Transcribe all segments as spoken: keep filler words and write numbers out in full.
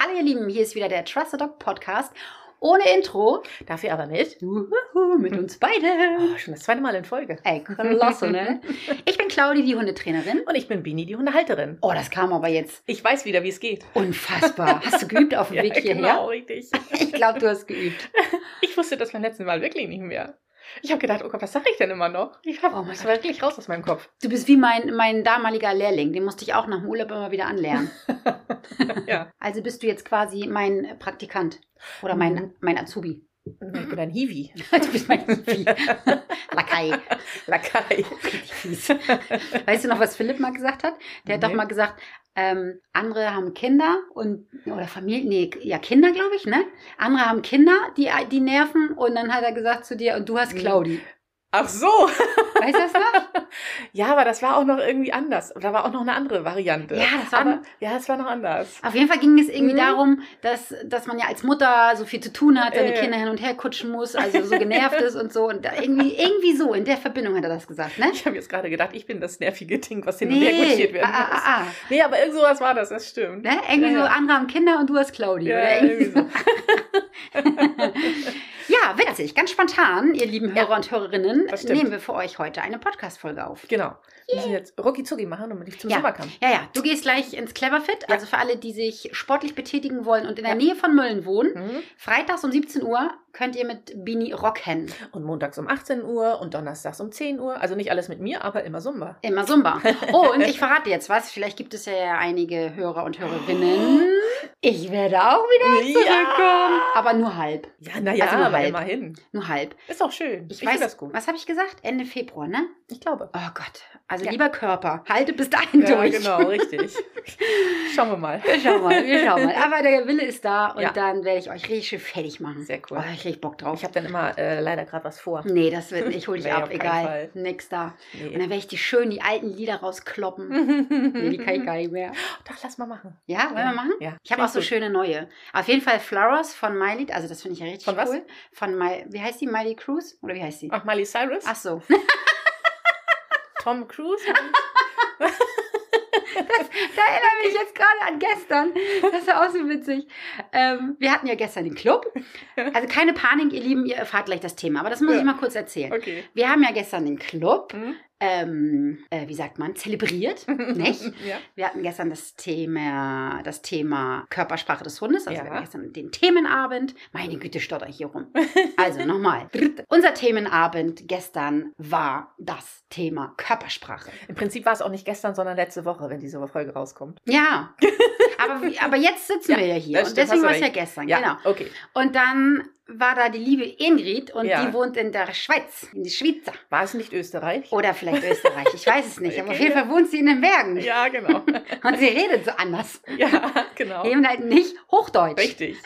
Hallo ihr Lieben, hier ist wieder der Trust the Dog Podcast. Ohne Intro. Dafür aber mit. Uhuhu, mit uns beide. Oh, schon das zweite Mal in Folge. Ey, klasse, ne? Ich bin Claudi, die Hundetrainerin. Und ich bin Bini, die Hundehalterin. Oh, das kam aber jetzt. Ich weiß wieder, wie es geht. Unfassbar. Hast du geübt auf dem Ja, Weg hierher? Genau, richtig. Ich glaube, du hast geübt. Ich wusste das beim letzten Mal wirklich nicht mehr. Ich habe gedacht, oh Gott, was sage ich denn immer noch? Ich hab, Oh mein das war wirklich raus aus meinem Kopf. Du bist wie mein, mein damaliger Lehrling. Den musste ich auch nach dem Urlaub immer wieder anlernen. Ja. Also bist du jetzt quasi mein Praktikant. Oder mein, mein Azubi. Ich bin ein Hiwi. Du bist mein Hiwi. Lakai. Lakai. Richtig fies. Weißt du noch, was Philipp mal gesagt hat? Der hat Nee. doch mal gesagt, ähm, andere haben Kinder und oder Familie, nee, ja Kinder, glaube ich, ne? Andere haben Kinder, die, die nerven und dann hat er gesagt zu dir, und du hast Claudi. Ach so. Weißt du das noch? Ja, aber das war auch noch irgendwie anders. Da war auch noch eine andere Variante. Ja, das war- aber, ja, das war noch anders. Auf jeden Fall ging es irgendwie Mhm. darum, dass, dass man ja als Mutter so viel zu tun hat, seine Äh. Kinder hin und her kutschen muss, also so genervt ist und so. Und da irgendwie, irgendwie so, in der Verbindung hat er das gesagt, ne? Ich habe jetzt gerade gedacht, ich bin das nervige Ding, was hin und her kutschiert werden ah, muss. ah, ah, Nee, aber irgend sowas war das, das stimmt. Ne? Irgendwie Ja, so, ja. andere haben Kinder und du hast Claudi. Ja, oder irgendwie so. irgendwie Ja, witzig, ganz spontan, ihr lieben Hörer Ja, und Hörerinnen, das stimmt. nehmen wir für euch heute eine Podcast-Folge auf. Genau. Wir müssen jetzt rucki zucki machen, damit ich zum Ja. Sommer kann. Ja, ja, du gehst gleich ins Cleverfit, Ja. also für alle, die sich sportlich betätigen wollen und in der Ja. Nähe von Mölln wohnen. Mhm. Freitags um siebzehn Uhr könnt ihr mit Bini rocken. Und montags um achtzehn Uhr und donnerstags um zehn Uhr. Also nicht alles mit mir, aber immer Zumba. Immer Zumba. Oh, und ich verrate jetzt was, vielleicht gibt es ja einige Hörer und Hörerinnen. Ich werde auch wieder zurückkommen. Aber nur halb. Ja, naja, Also nur aber halb. immerhin. Nur halb. Ist auch schön. Ich, Ich, weiß, finde das gut. was habe ich gesagt? Ende Februar, ne? Ich glaube. Oh Gott. Also Ja. lieber Körper, halte bis dahin Ja, durch. genau, richtig. Schauen wir mal. Wir schauen mal, wir schauen mal. Aber der Wille ist da und Ja. dann werde ich euch richtig schön fertig machen. Sehr cool. Oh, ich krieg Bock drauf. Ich habe dann immer äh, leider gerade was vor. Nee, das wird nicht. Ich hol dich Nee, ab, auf keinen egal. Fall. Nix da. Und Nee. dann werde ich die schön die alten Lieder rauskloppen. Nee, die kann ich gar nicht mehr. Doch, lass mal machen. Ja, wollen Ja. wir machen? Ja. Ich habe auch so Gut. schöne neue. Auf jeden Fall Flowers von Miley, also das finde ich ja richtig Von was? cool. Von My, wie heißt die? Miley Cruz? Oder wie heißt die? Ach, Miley Cyrus, Ach so. Tom Cruise. Da erinnere ich mich jetzt gerade an gestern. Das war auch so witzig. Ähm, wir hatten ja gestern den Club. Also keine Panik, ihr Lieben, ihr erfahrt gleich das Thema. Aber das muss Ja. ich mal kurz erzählen. Okay. Wir haben ja gestern den Club, Mhm. ähm, äh, wie sagt man, zelebriert, nicht? Ja. Wir hatten gestern das Thema, das Thema Körpersprache des Hundes, also Ja. wir hatten gestern den Themenabend. Meine Güte, stotter ich hier rum. Also nochmal. Unser Themenabend gestern war das Thema Körpersprache. Im Prinzip war es auch nicht gestern, sondern letzte Woche, wenn diese Folge rauskommt. Ja, aber, aber jetzt sitzen Ja, wir ja hier das und stimmt, deswegen hast du war es ja recht. gestern, Ja, genau. okay. Und dann war da die liebe Ingrid und Ja. die wohnt in der Schweiz, in die Schweizer. War es nicht Österreich? Oder vielleicht Österreich, ich weiß es nicht. Aber auf Okay. jeden Fall wohnt sie in den Bergen. Ja, genau. Und sie redet so anders. Ja, genau. Eben halt nicht Hochdeutsch. Richtig.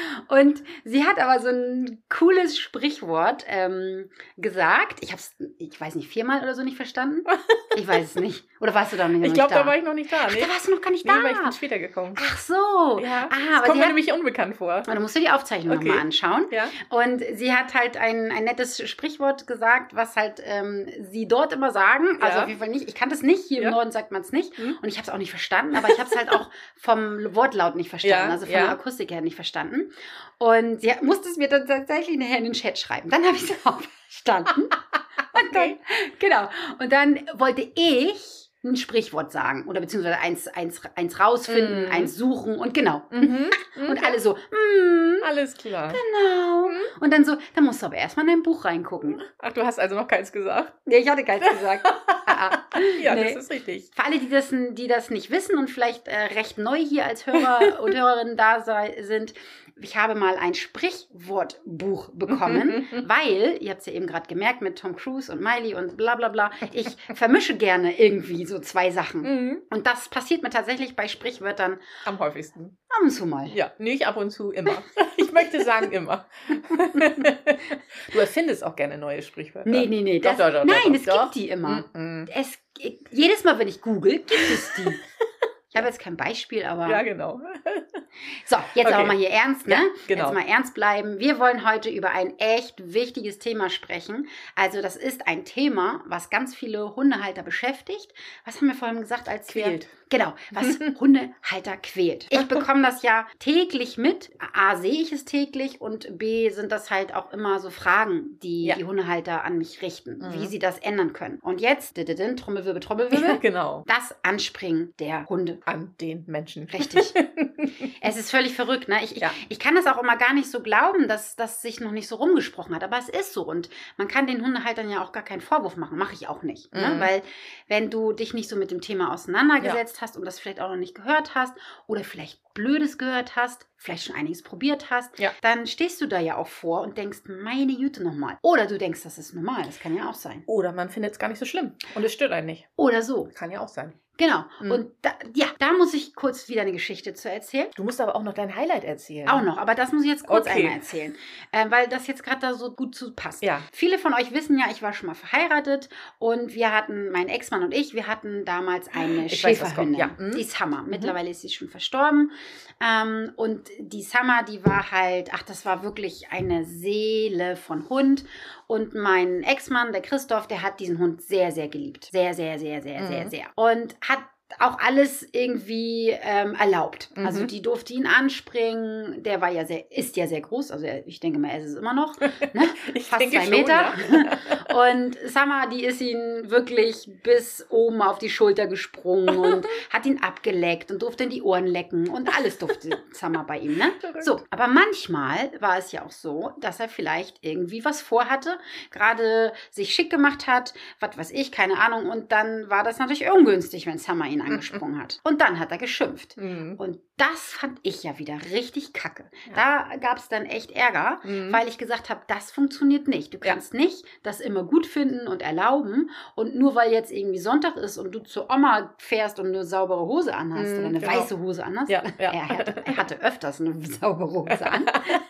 Und sie hat aber so ein cooles Sprichwort ähm, gesagt. Ich habe es, ich weiß nicht, viermal oder so nicht verstanden. Ich weiß es nicht. Oder warst du da noch nicht Ich glaube, da? da war ich noch nicht da. Ach, Nee, da warst du noch gar nicht nee da. weil ich bin später gekommen. Ach so. Ja, Ah, das aber kommt sie mir hat, nämlich unbekannt vor. da musst du die Aufzeichnung Okay. nochmal anschauen. Ja. Und sie hat halt ein, ein nettes Sprichwort gesagt, was halt ähm, sie dort immer sagen. Also Ja. auf jeden Fall nicht. Ich kann das nicht. Hier im Ja. Norden sagt man es nicht. Mhm. Und ich habe es auch nicht verstanden. Aber ich habe es halt auch vom Wortlaut nicht verstanden. Ja, Also von ja. der Akustik her nicht verstanden. Und sie hat- musste es mir dann tatsächlich nachher in den Chat schreiben. Dann habe ich es auch verstanden. Und dann, Okay. genau. Und dann wollte ich ein Sprichwort sagen. Oder beziehungsweise eins, eins, eins rausfinden, Mhm. eins suchen. Und genau. Mhm. Und alle so, mm, Alles klar. genau. Und dann so, da musst du aber erstmal in dein Buch reingucken. Ach, du hast also noch keins gesagt? Nee, ich hatte keins gesagt. ah, ah. Ja, Nee. das ist richtig. Für alle, die das, die das nicht wissen und vielleicht äh, recht neu hier als Hörer und Hörerinnen da sei, sind, ich habe mal ein Sprichwortbuch bekommen, weil, ihr habt es ja eben gerade gemerkt mit Tom Cruise und Miley und bla bla bla, ich vermische gerne irgendwie so zwei Sachen. Mhm. Und das passiert mir tatsächlich bei Sprichwörtern Am häufigsten. ab und zu mal. Ja, nicht ab und zu, immer. Ich möchte sagen, immer. Du erfindest auch gerne neue Sprichwörter. Nee, nee, nee. Doch, Das, doch, doch, nein, doch, es doch. gibt die immer. Mhm. Es, jedes Mal, wenn ich google, gibt es die. Ich habe jetzt kein Beispiel, aber Ja, genau. So, jetzt Okay. aber mal hier ernst, ne? Ja, genau. Jetzt mal ernst bleiben. Wir wollen heute über ein echt wichtiges Thema sprechen. Also das ist ein Thema, was ganz viele Hundehalter beschäftigt. Was haben wir vorhin gesagt, als Quält. wir... Genau, was Hundehalter quält. Ich bekomme das ja täglich mit. A, sehe ich es täglich und B, sind das halt auch immer so Fragen, die Ja. die Hundehalter an mich richten, Mhm. wie sie das ändern können. Und jetzt, dididin, Trommelwirbel, Trommelwirbel, Ja, genau. das Anspringen der Hunde. An den Menschen. Richtig. Es ist völlig verrückt, ne? Ich, ich, Ja. ich kann das auch immer gar nicht so glauben, dass das sich noch nicht so rumgesprochen hat. Aber es ist so. Und man kann den Hundehaltern ja auch gar keinen Vorwurf machen. Mache ich auch nicht. Ne? Mhm. Weil wenn du dich nicht so mit dem Thema auseinandergesetzt hast und das vielleicht auch noch nicht gehört hast oder vielleicht Blödes gehört hast, vielleicht schon einiges probiert hast, Ja. dann stehst du da ja auch vor und denkst, meine Güte nochmal. Oder du denkst, das ist normal. Das kann ja auch sein. Oder man findet es gar nicht so schlimm. Und es stört einen nicht. Oder so. Kann ja auch sein. Genau. Mhm. Und da, ja, da muss ich kurz wieder eine Geschichte zu erzählen. Du musst aber auch noch dein Highlight erzählen. Auch noch, aber das muss ich jetzt kurz Okay. einmal erzählen, äh, weil das jetzt gerade da so gut zu passt. Ja. Viele von euch wissen ja, ich war schon mal verheiratet und wir hatten, mein Ex-Mann und ich, wir hatten damals eine Ich weiß, was kommt, Schäferhündin. ja. Mhm. Die Summer. Mittlerweile ist sie schon verstorben. Ähm, und die Summer, die war halt, ach, das war wirklich eine Seele von Hund. Und mein Ex-Mann, der Christoph, der hat diesen Hund sehr, sehr geliebt. Sehr, sehr, sehr, sehr, Mhm. sehr, sehr. Und hat auch alles irgendwie ähm, erlaubt. Mhm. Also die durfte ihn anspringen. Der war ja sehr, ist ja sehr groß. Also er, ich denke mal, er ist es immer noch. Ne? Ich Fast denke zwei schon, Meter. ja. Und Summer, die ist ihn wirklich bis oben auf die Schulter gesprungen und hat ihn abgeleckt und durfte in die Ohren lecken und alles durfte Summer bei ihm. Ne? Verrückt. So, aber manchmal war es ja auch so, dass er vielleicht irgendwie was vorhatte, gerade sich schick gemacht hat, was weiß ich, keine Ahnung. Und dann war das natürlich ungünstig, wenn Summer ihn angesprungen hat. Und dann hat er geschimpft. Mhm. Und das fand ich ja wieder richtig kacke. Ja. Da gab es dann echt Ärger, Mhm. weil ich gesagt habe, das funktioniert nicht. Du Ja. kannst nicht das immer gut finden und erlauben. Und nur weil jetzt irgendwie Sonntag ist und du zur Oma fährst und eine saubere Hose anhast Mhm, oder eine genau. weiße Hose anhast. Ja, ja. Er, hatte, er hatte öfters eine saubere Hose an.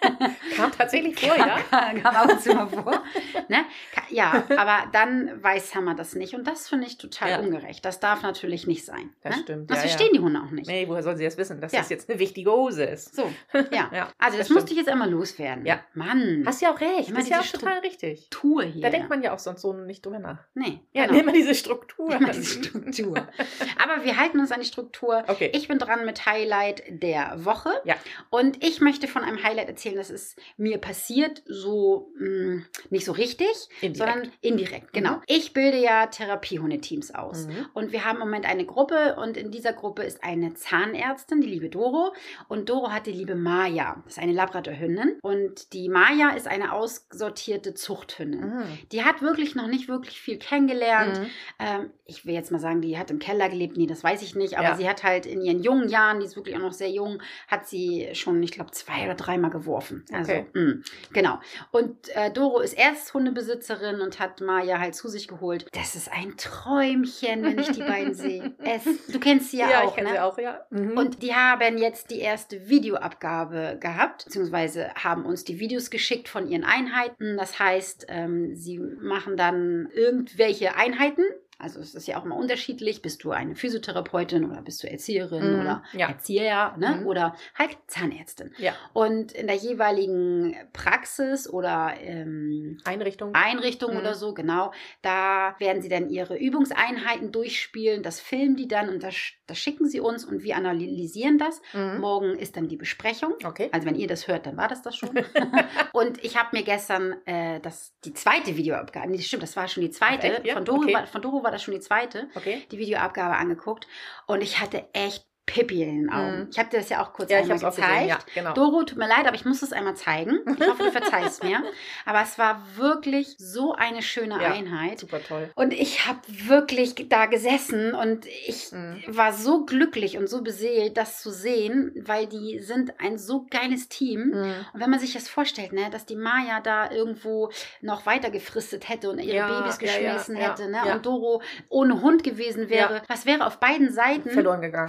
Kam tatsächlich vor, ja? Kam, kam ab und zu mal vor. Ne? Ka- Ja, aber dann weiß Hammer das nicht. Und das finde ich total Ja. ungerecht. Das darf natürlich nicht sein. Das ne? stimmt, Das ja, ja. verstehen die Hunde auch nicht. Nee, woher soll sie das wissen, dass Ja. das jetzt eine wichtige Hose ist? So, ja. Ja, also das das musste stimmt. ich jetzt einmal loswerden. Ja. Mann. Hast ja auch recht. Immer Das ist ja auch diese total richtig. Struktur hier. Da denkt man ja auch sonst so nicht drüber nach. Nee, Ja, genau. immer diese Struktur. Immer die Struktur. Aber wir halten uns an die Struktur. Okay. Ich bin dran mit Highlight der Woche. Ja. Und ich möchte von einem Highlight erzählen, das ist mir passiert, so mh, nicht so richtig, Indirekt. sondern indirekt. Genau. Mhm. Ich bilde ja Therapiehundeteams aus. Mhm. Und wir haben im Moment eine Gruppe und in dieser Gruppe ist eine Zahnärztin, die liebe Doro. Und Doro hat die liebe Maya. Das ist eine Labradorhündin. Und die Maya ist eine aussortierte Zuchthündin. Mhm. Die hat wirklich noch nicht wirklich viel kennengelernt. Mhm. Ähm, ich will jetzt mal sagen, die hat im Keller gelebt. Nee, das weiß ich nicht. Aber Ja. sie hat halt in ihren jungen Jahren, die ist wirklich auch noch sehr jung, hat sie schon, ich glaube, zwei oder dreimal geworfen. Also, Okay. mh, genau. Und äh, Doro ist Ersthundebesitzerin und hat Maya halt zu sich geholt. Das ist ein Träumchen, wenn ich die beiden sehe. Es, du kennst sie ja, Ja, auch, ich kenne ne? sie auch, ja. Mhm. Und die haben jetzt die erste Videoabgabe gehabt, beziehungsweise haben uns die Videos geschickt von ihren Einheiten. Das heißt, ähm, sie machen dann irgendwelche Einheiten. Also es ist ja auch mal unterschiedlich. Bist du eine Physiotherapeutin oder bist du Erzieherin Mhm, oder ja. Erzieher, ne? Mhm. Oder halt Zahnärztin. Ja. Und in der jeweiligen Praxis oder ähm, Einrichtung. Einrichtung Mhm. oder so, genau. Da werden sie dann ihre Übungseinheiten durchspielen, das filmen die dann und das, das schicken sie uns und wir analysieren das. Mhm. Morgen ist dann die Besprechung. Okay. Also wenn ihr das hört, dann war das das schon. Und ich habe mir gestern äh, das, die zweite Videoabgabe, nee, stimmt, das war schon die zweite, Ach, echt? Ja? von, Doro, Okay. war, von Doro war das schon die zweite, Okay. die Videoabgabe angeguckt und ich hatte echt Pipi in den Augen. Mhm. Ich habe dir das ja auch kurz Ja, ich einmal habe es auch gezeigt. gesehen. Ja, genau. Doro, tut mir leid, aber ich muss es einmal zeigen. Ich hoffe, du verzeihst mir. Aber es war wirklich so eine schöne Ja. Einheit. Super toll. Und ich habe wirklich da gesessen und ich Mhm. war so glücklich und so beseelt, das zu sehen, weil die sind ein so geiles Team. Mhm. Und wenn man sich das vorstellt, ne, dass die Maya da irgendwo noch weiter gefristet hätte und ihre Ja, Babys ja, ja, geschmissen ja, hätte, ne, ja. und Doro ohne Hund gewesen wäre, Ja. was wäre auf beiden Seiten Verloren gegangen. verloren gegangen.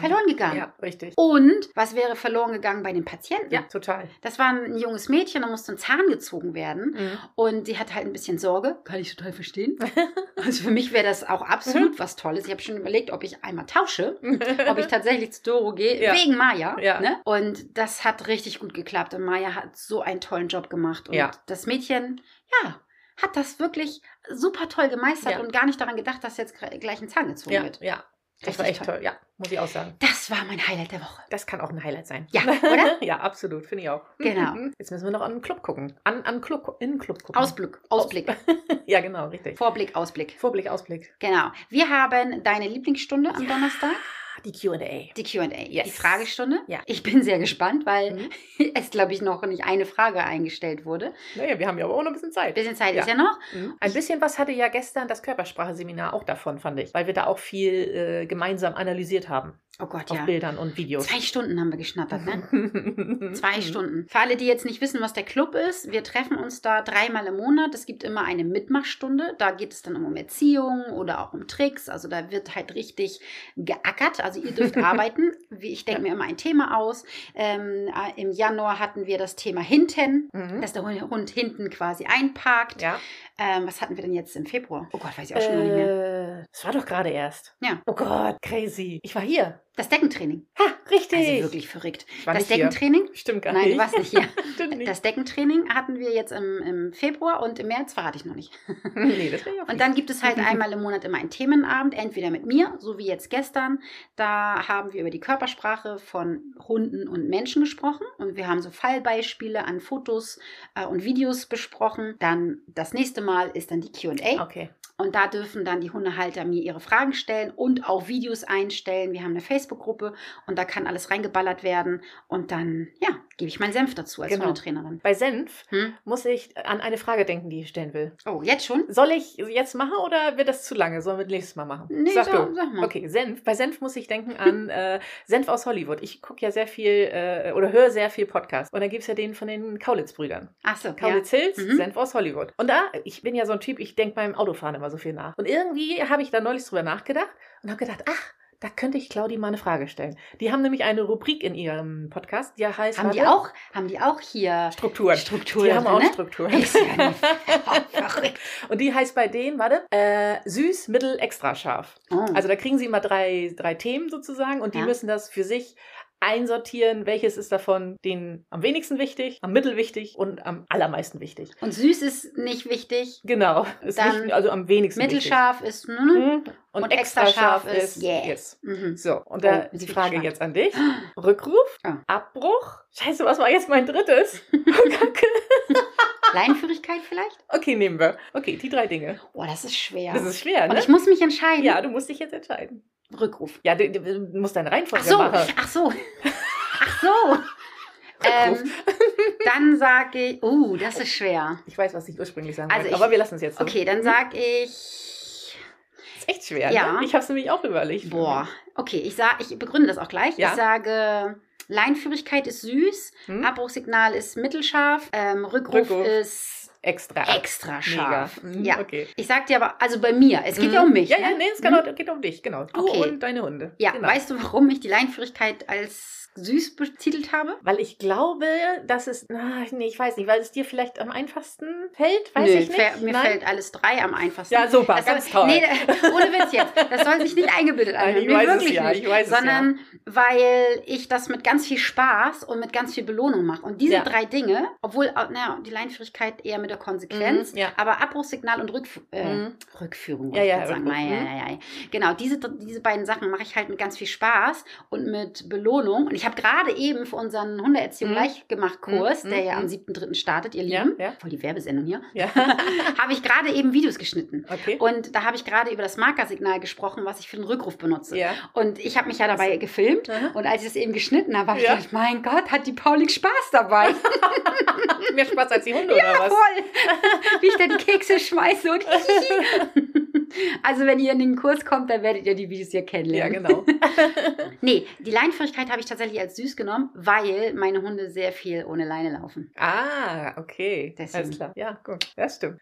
gegangen. Ja, richtig. Und was wäre verloren gegangen bei den Patienten? Ja, total. Das war ein junges Mädchen, da musste ein Zahn gezogen werden. Mhm. Und sie hat halt ein bisschen Sorge. Kann ich total verstehen. Also für mich wäre das auch absolut was Tolles. Ich habe schon überlegt, ob ich einmal tausche, ob ich tatsächlich zu Doro gehe, Ja. wegen Maya. Ja. Ne? Und das hat richtig gut geklappt. Und Maya hat so einen tollen Job gemacht. Und Ja. das Mädchen, ja, hat das wirklich super toll gemeistert Ja. und gar nicht daran gedacht, dass jetzt gleich ein Zahn gezogen Ja, wird. ja. Das Richtig war echt toll. toll. Ja, muss ich auch sagen. Das war mein Highlight der Woche. Das kann auch ein Highlight sein. Ja, oder? Ja, absolut. Finde ich auch. Genau. Jetzt müssen wir noch an den Club gucken. An, an Club, in den Club gucken. Ausblick, Ausblick, Ja, genau, richtig. Vorblick, Ausblick. Vorblick, Ausblick. Genau. Wir haben deine Lieblingsstunde am Donnerstag. Die Q und A. Die Q und A, Yes. die Fragestunde. Ja. Ich bin sehr gespannt, weil Mhm. es, glaube ich, noch nicht eine Frage eingestellt wurde. Naja, wir haben ja aber auch noch ein bisschen Zeit. Ein bisschen Zeit Ja. ist ja noch. Mhm. Ein bisschen was hatte ja gestern das Körpersprache-Seminar auch davon, fand ich. Weil wir da auch viel äh, gemeinsam analysiert haben. Oh Gott, Auf ja. Bildern und Videos. Zwei Stunden haben wir geschnattert, ne? Zwei Stunden. Für alle, die jetzt nicht wissen, was der Club ist, wir treffen uns da dreimal im Monat. Es gibt immer eine Mitmachstunde. Da geht es dann um Erziehung oder auch um Tricks. Also da wird halt richtig geackert. Also ihr dürft arbeiten. Wie- Ich denke mir immer ein Thema aus. Ähm, äh, Im Januar hatten wir das Thema Hinten, Mhm. dass der Hund Hund hinten quasi einparkt. Ja. Ähm, was hatten wir denn jetzt im Februar? Oh Gott, weiß ich auch schon gar nicht mehr. Äh, das war doch gerade erst. Ja. Oh Gott, crazy. Ich war hier. Das Deckentraining. Ha, richtig. Also wirklich verrückt. Ich war Das nicht hier. Deckentraining. Stimmt gar Nein, nicht. du warst nicht hier. Stimmt nicht. Das Deckentraining hatten wir jetzt im, im Februar und im März verrate ich noch nicht. Nee, das wäre ja Und dann gibt es halt einmal im Monat immer einen Themenabend, entweder mit mir, so wie jetzt gestern. Da haben wir über die Körpersprache von Hunden und Menschen gesprochen und wir haben so Fallbeispiele an Fotos äh, und Videos besprochen. Dann das nächste Mal ist dann die Q und A. Okay. Und da dürfen dann die Hundehalter mir ihre Fragen stellen und auch Videos einstellen. Wir haben eine Facebook-Gruppe und da kann alles reingeballert werden. Und dann, ja, gebe ich meinen Senf dazu als Genau. Hundetrainerin. Bei Senf Hm? muss ich an eine Frage denken, die ich stellen will. Oh, jetzt schon? Soll ich jetzt machen oder wird das zu lange? Sollen wir das nächstes Mal machen? Nee, sag sag- du. sag mal. Okay, Senf. Bei Senf muss ich denken an äh, Senf aus Hollywood. Ich gucke ja sehr viel äh, oder höre sehr viel Podcast. Und da gibt es ja den von den Kaulitz-Brüdern. Ach so, ja. Kaulitz Hills, Mhm. Senf aus Hollywood. Und da, ich bin ja so ein Typ, ich denke beim Autofahren immer so viel nach. Und irgendwie habe ich da neulich drüber nachgedacht und habe gedacht, ach, da könnte ich Claudi mal eine Frage stellen. Die haben nämlich eine Rubrik in ihrem Podcast, die heißt... Haben die warte, auch, haben die auch hier Strukturen. Strukturen? Die haben auch drin, ne? Strukturen. Ist ja nicht verrückt. Und die heißt bei denen, warte, äh, süß, mittel, extra scharf. Oh. Also da kriegen sie immer drei, drei Themen sozusagen und die Ja. müssen das für sich einsortieren, welches ist davon denen am wenigsten wichtig, am mittel wichtig und am allermeisten wichtig. Und süß ist nicht wichtig. Genau, ist Dann nicht, also am wenigsten Mittelscharf ist wichtig. mhm. Mhm. Und, Und extra extra scharf scharf ist ist yeah. yes. Mhm. So, und Oh, da jetzt bin die ich Frage gespannt. jetzt an dich. Rückruf, Ah. Abbruch. Scheiße, was war jetzt mein drittes? Oh, Kacke. Leinführigkeit vielleicht? Okay, nehmen wir. Okay, die drei Dinge. Oh, das ist schwer. Das ist schwer, Und ne? ich muss mich entscheiden. Ja, du musst dich jetzt entscheiden. Rückruf. Ja, du, du musst deine Ach Reihenfolge so, machen. ach so. Ach so. ähm, dann sage ich, uh, das ist schwer. Ich weiß, was ich ursprünglich sagen Also wollte, ich- aber wir lassen es jetzt so. Okay, dann Hm? sage ich, Ist echt schwer, Ja. ne? Ich habe es nämlich auch überlegt. boah, okay, ich sage, ich begründe das auch gleich. Ja. Ich sage, Leinführigkeit ist süß, Hm? Abbruchsignal ist mittelscharf, ähm, Rückruf, Rückruf. ist Extra. extra scharf. Mega. Mhm, Ja. Okay. Ich sag dir aber, also bei mir, es geht Mhm. ja um mich. Ja, ne? ja, nee, es geht, Mhm. auch, geht um dich, genau. Du Okay. und deine Hunde. Ja, genau. weißt du, warum ich die Leinführigkeit als süß betitelt habe? Weil ich glaube, dass es, ah, nee, ich weiß nicht, weil es dir vielleicht am einfachsten fällt, weiß Nö, ich nicht. fä- mir Nein? fällt alles drei am einfachsten. Ja, super, Das ganz soll, toll. Nee, da- ohne Witz jetzt. Das soll sich nicht eingebildet Nein, anhören. ich Nee, weiß es wirklich ja, nicht. ich weiß es Sondern weil ich das mit ganz viel Spaß und mit ganz viel Belohnung mache. Und diese Ja. drei Dinge, obwohl, äh, naja, die Leinführigkeit eher mit der Konsequenz, Mhm, ja. aber Abbruchsignal und Rückf äh, Mhm. Rückführung, Ja, wollte ich ja, grad sagen. Rückruf, Ja, ja, ja, ja. Genau, diese, diese beiden Sachen mache ich halt mit ganz viel Spaß und mit Belohnung. Und ich habe gerade eben für unseren Hundeerziehung Mhm. leicht gemacht Kurs, Mhm, der ja mhm. am siebten dritten startet, ihr Ja, Lieben. ja. Voll die Werbesendung hier. Ja. Habe ich gerade eben Videos geschnitten. Okay. Und da habe ich gerade über das Markersignal gesprochen, was ich für den Rückruf benutze. Ja. Und ich habe mich ja dabei gefilmt. Aha. Und als ich das eben geschnitten habe, habe ich Ja. gedacht, mein Gott, hat die Paulik Spaß dabei. Mehr Spaß als die Hunde, oder was? Voll. Wie ich da die Kekse schmeiße und Also wenn ihr in den Kurs kommt, dann werdet ihr die Videos hier Ja, kennenlernen. genau. Nee, die Leinführigkeit habe ich tatsächlich als süß genommen, weil meine Hunde sehr viel ohne Leine laufen. Ah, okay. Deswegen. Alles klar. Ja, gut. Das stimmt. Ja.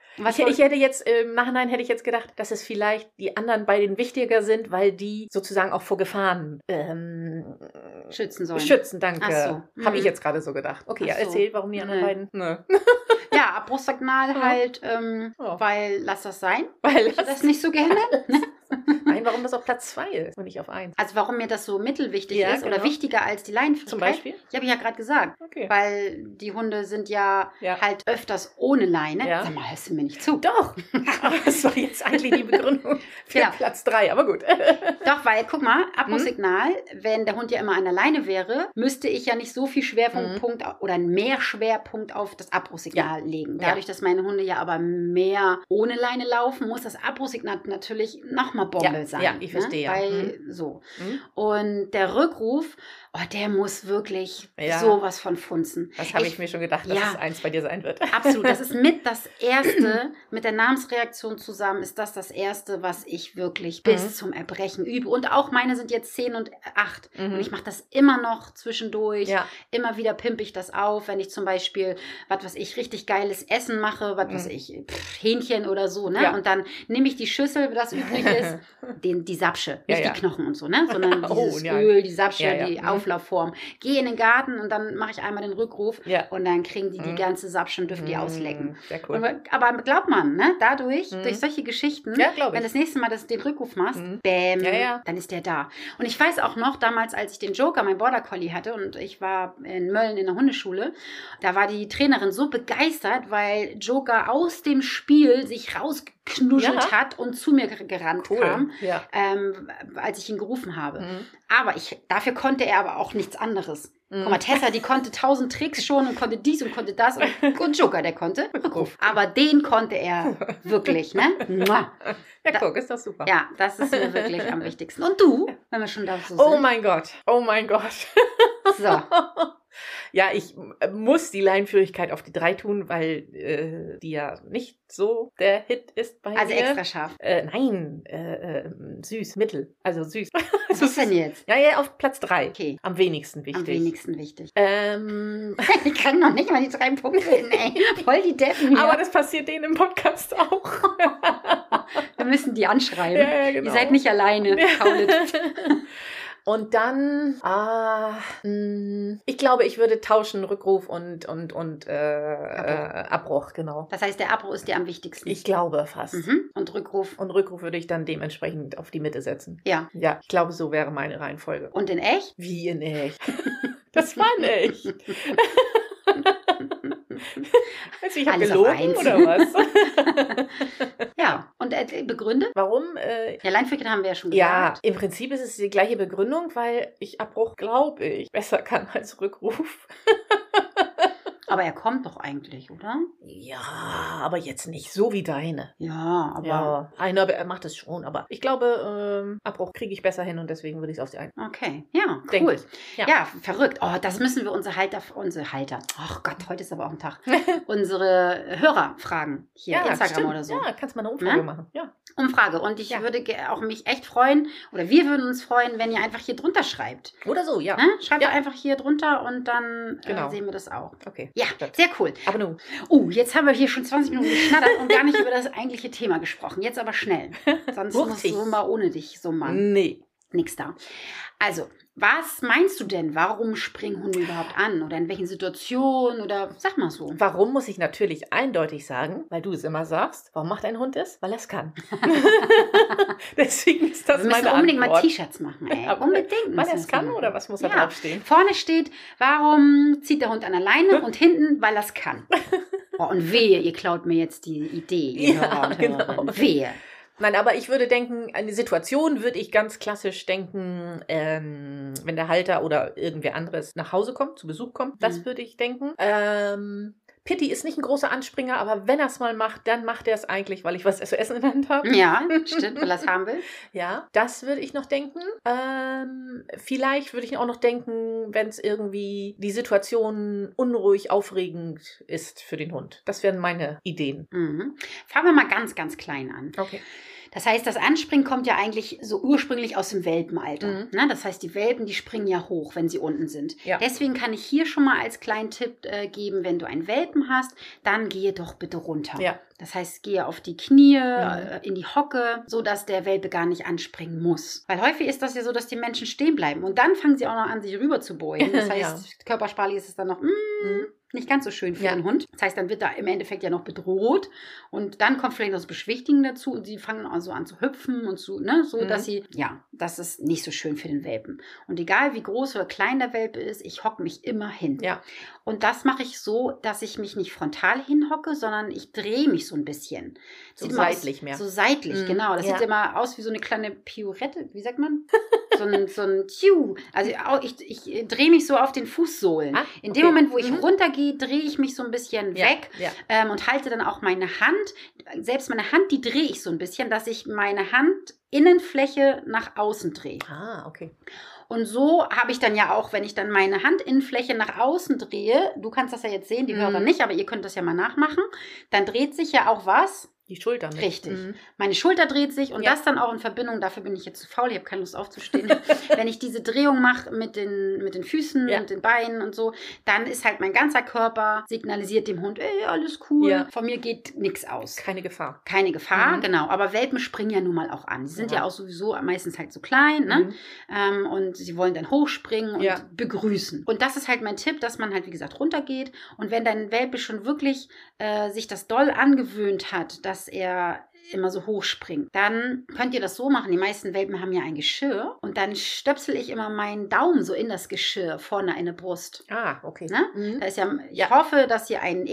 Was Ich, soll- ich hätte jetzt, im Nachhinein hätte ich jetzt gedacht, dass es vielleicht die anderen beiden wichtiger sind, weil die sozusagen auch vor Gefahren ähm, schützen sollen. schützen, danke. Ach so. Habe Mhm. ich jetzt gerade so gedacht. Okay, ja, Ach so. erzähl, warum die anderen Nee. beiden? Nö. Ja, Abbruchssignal Ja. halt, ähm, Ja. weil lass das sein. Weil Ich das nicht so gerne. Nein, warum das auf Platz zwei ist und nicht auf eins? Also warum mir das so mittelwichtig Ja, ist oder genau. wichtiger als die Leinenführigkeit. Zum Beispiel? Ich habe ja gerade gesagt. Okay. Weil die Hunde sind ja, Ja. halt öfters ohne Leine. Ja. Sag mal, hörst du mir nicht zu? Doch. Aber das war jetzt eigentlich die Begründung für Ja. Platz drei, aber gut. Doch, weil, guck mal, Abbruchssignal, Mhm. wenn der Hund ja immer an der Leine wäre, müsste ich ja nicht so viel Schwerpunkt Mhm. oder mehr Schwerpunkt auf das Abbruchssignal legen. Ja. Dadurch, dass meine Hunde ja aber mehr ohne Leine laufen, muss das Abbruchssignal natürlich nochmal Bombe Ja, sein. ja, ich verstehe, ja. Weil, so. Mhm. Und der Rückruf, oh, der muss wirklich Ja. sowas von funzen. Das habe ich, mir schon gedacht, dass ja. es eins bei dir sein wird. Absolut, das ist mit das Erste, mit der Namensreaktion zusammen, ist das das Erste, was ich wirklich bis Mhm. zum Erbrechen übe. Und auch meine sind jetzt zehn und acht. Mhm. Und ich mache das immer noch zwischendurch. Ja. Immer wieder pimpe ich das auf, wenn ich zum Beispiel, was weiß ich, richtig geiles Essen mache, was weiß Mhm. ich, pff, Hähnchen oder so, ne? Ja. Und dann nehme ich die Schüssel, das übrig ist, den, die Sapsche, Ja, nicht ja. die Knochen und so, ne? Sondern Oh, dieses ja. Öl, die Sapsche, Ja, ja. die Mhm. Auflaufform. Gehe in den Garten und dann mache ich einmal den Rückruf Ja. und dann kriegen die die Mhm. ganze Sapsche und dürfen die Mhm. auslecken. Sehr cool. Und, aber glaubt man, ne? Dadurch, Mhm. durch solche Geschichten, Ja, glaub ich. wenn das nächste Mal das, den Rückruf machst, Mhm. bäm, Ja, ja. dann ist der da. Und ich weiß auch noch, damals, als ich den Joker, mein Border Collie hatte und ich war in Mölln in der Hundeschule, da war die Trainerin so begeistert, weil Joker aus dem Spiel sich rausgeknuschelt Ja. hat und zu mir gerannt Cool. kam, Ja. ähm, als ich ihn gerufen habe. Mhm. Aber ich, dafür konnte er aber auch nichts anderes. Mhm. Guck mal, Tessa, die konnte tausend Tricks schon und konnte dies und konnte das. Und, und Joker, der konnte Rückruf. Aber den konnte er wirklich, ne? Mua. Ja, Da- guck, ist das super. Ja, das ist mir wirklich am wichtigsten. Und du, wenn wir schon da so Oh sind. mein Gott. Oh mein Gott. So. Ja, ich äh, muss die Leinführigkeit auf die drei tun, weil äh, die ja nicht so der Hit ist bei Also mir. extra scharf. Äh, nein, äh, äh, süß, mittel. Also süß. Was ist denn jetzt? Ja, ja, auf Platz drei. Okay. Am wenigsten wichtig. Am wenigsten wichtig. Ähm, Ich kann noch nicht mal die drei Punkte hin, ey. Voll die Deppen hier. aber das passiert denen im Podcast auch. Wir müssen die anschreiben. Ja, ja, genau. Ihr seid nicht alleine. Kaulitz. Und dann, ah, mh, ich glaube, ich würde tauschen Rückruf und, und, und äh, äh, Abbruch, genau. Das heißt, der Abbruch ist dir am wichtigsten. Ich glaube fast. Mhm. Und Rückruf. Und Rückruf würde ich dann dementsprechend auf die Mitte setzen. Ja. Ja, ich glaube, so wäre meine Reihenfolge. Und in echt? Wie in echt? Das war in echt. Also ich habe Alles auf gelogen eins. oder was? Ja. Und äh, Begründe? Warum? Äh, Ja, Leinführigkeit haben wir ja schon ja, gesagt. im Prinzip ist es die gleiche Begründung, weil ich Abbruch, glaube ich, besser kann als Rückruf. Aber er kommt doch eigentlich, oder? Ja, aber jetzt nicht so wie deine. Ja, aber... Ja, einer er macht es schon, aber ich glaube, ähm, Abbruch kriege ich besser hin und deswegen würde ich es auf die ein. Okay, ja, Denk cool. ich. Ja. Ja. verrückt. Oh, das müssen wir unsere Halter, unsere Halter, ach Gott, heute ist aber auch ein Tag, unsere Hörer fragen, hier Instagram stimmt. oder so. Ja, kannst mal eine Umfrage Ne? machen. Ja. Umfrage. Und ich Ja. würde ge- auch mich echt freuen, oder wir würden uns freuen, wenn ihr einfach hier drunter schreibt. Oder so, ja. Ne? Schreibt Ja. einfach hier drunter und dann Genau. äh, sehen wir das auch. Okay. Ja, Gut. sehr cool. Aber nun, Oh, jetzt haben wir hier schon zwanzig Minuten geschnattert und gar nicht über das eigentliche Thema gesprochen. Jetzt aber schnell. Sonst muss Wuchtig. so mal ohne dich so machen. nee. Nix da. Also, was meinst du denn? Warum springen Hunde überhaupt an? Oder in welchen Situationen? Oder sag mal so. Warum muss ich natürlich eindeutig sagen, weil du es immer sagst, warum macht ein Hund es? Weil er es kann. Deswegen ist das Wir müssen meine unbedingt Antwort. mal T-Shirts machen, ey. Aber Unbedingt. Weil müssen er wir es kann machen. oder was muss da Ja. draufstehen? Vorne steht, warum zieht der Hund an der Leine und hinten, weil er es kann. Oh, und wehe, ihr klaut mir jetzt die Idee, ihr Ja, Hörer und genau. Hörerinnen. Wehe. Nein, aber ich würde denken, eine Situation würde ich ganz klassisch denken, ähm, wenn der Halter oder irgendwer anderes nach Hause kommt, zu Besuch kommt, das Mhm. würde ich denken. Ähm, Pitti ist nicht ein großer Anspringer, aber wenn er es mal macht, dann macht er es eigentlich, weil ich was zu essen in der Hand habe. Ja, stimmt, weil er es haben will. Ja, das würde ich noch denken. Ähm, vielleicht würde ich auch noch denken, wenn es irgendwie die Situation unruhig, aufregend ist für den Hund. Das wären meine Ideen. Mhm. Fangen wir mal ganz, ganz klein an. Okay. Das heißt, das Anspringen kommt ja eigentlich so ursprünglich aus dem Welpenalter. Mhm. Ne? Das heißt, die Welpen, die springen ja hoch, wenn sie unten sind. Ja. Deswegen kann ich hier schon mal als kleinen Tipp äh, geben, wenn du einen Welpen hast, dann gehe doch bitte runter. Ja. Das heißt, gehe auf die Knie, Mhm. äh, in die Hocke, sodass der Welpe gar nicht anspringen muss. Weil häufig ist das ja so, dass die Menschen stehen bleiben und dann fangen sie auch noch an, sich rüber zu beugen. Das heißt, Ja. körpersprachlich ist es dann noch... Mm, Mhm. nicht ganz so schön für Ja. den Hund. Das heißt, dann wird er im Endeffekt ja noch bedroht und dann kommt vielleicht noch das Beschwichtigen dazu und sie fangen also an zu hüpfen und zu, ne, so, Mhm. dass sie, ja, das ist nicht so schön für den Welpen. Und egal wie groß oder klein der Welpe ist, ich hocke mich immer hin. Ja. Und das mache ich so, dass ich mich nicht frontal hinhocke, sondern ich drehe mich so ein bisschen. So Sieht immer seitlich aus, mehr. So seitlich, Mhm. genau. Das Ja. sieht immer aus wie so eine kleine Pirouette, wie sagt man? So ein, so ein Tiu. Also au- ich, ich drehe mich so auf den Fußsohlen. Ah, In dem okay. Moment, wo ich Mhm. runtergehe, drehe ich mich so ein bisschen Ja, weg ja. ähm, und halte dann auch meine Hand, selbst meine Hand, die drehe ich so ein bisschen, dass ich meine Handinnenfläche nach außen drehe. Ah, okay. Und so habe ich dann ja auch, wenn ich dann meine Handinnenfläche nach außen drehe, du kannst das ja jetzt sehen, die Mhm. Hörer nicht, aber ihr könnt das ja mal nachmachen, dann dreht sich ja auch was? Die Schultern. nicht. Richtig. Mhm. Meine Schulter dreht sich und Ja. das dann auch in Verbindung, dafür bin ich jetzt zu faul, ich habe keine Lust aufzustehen. Wenn ich diese Drehung mache mit den, mit den Füßen Ja. und den Beinen und so, dann ist halt mein ganzer Körper, signalisiert dem Hund, ey, alles cool, Ja. von mir geht nichts aus. Keine Gefahr. Keine Gefahr, Mhm. genau. Aber Welpen springen ja nun mal auch an. Sie sind ja, Ja. auch sowieso meistens halt so klein, ne? Mhm. Ähm, und sie wollen dann hochspringen und Ja. begrüßen. Und das ist halt mein Tipp, dass man halt, wie gesagt, runtergeht. Und wenn dein Welpe schon wirklich äh, sich das doll angewöhnt hat, dass er immer so hoch springt, dann könnt ihr das so machen. Die meisten Welpen haben ja ein Geschirr und dann stöpsel ich immer meinen Daumen so in das Geschirr vorne in der Brust. Ah, okay. Ne? Mhm. Da ist ja, ich Ja. hoffe, dass ihr ein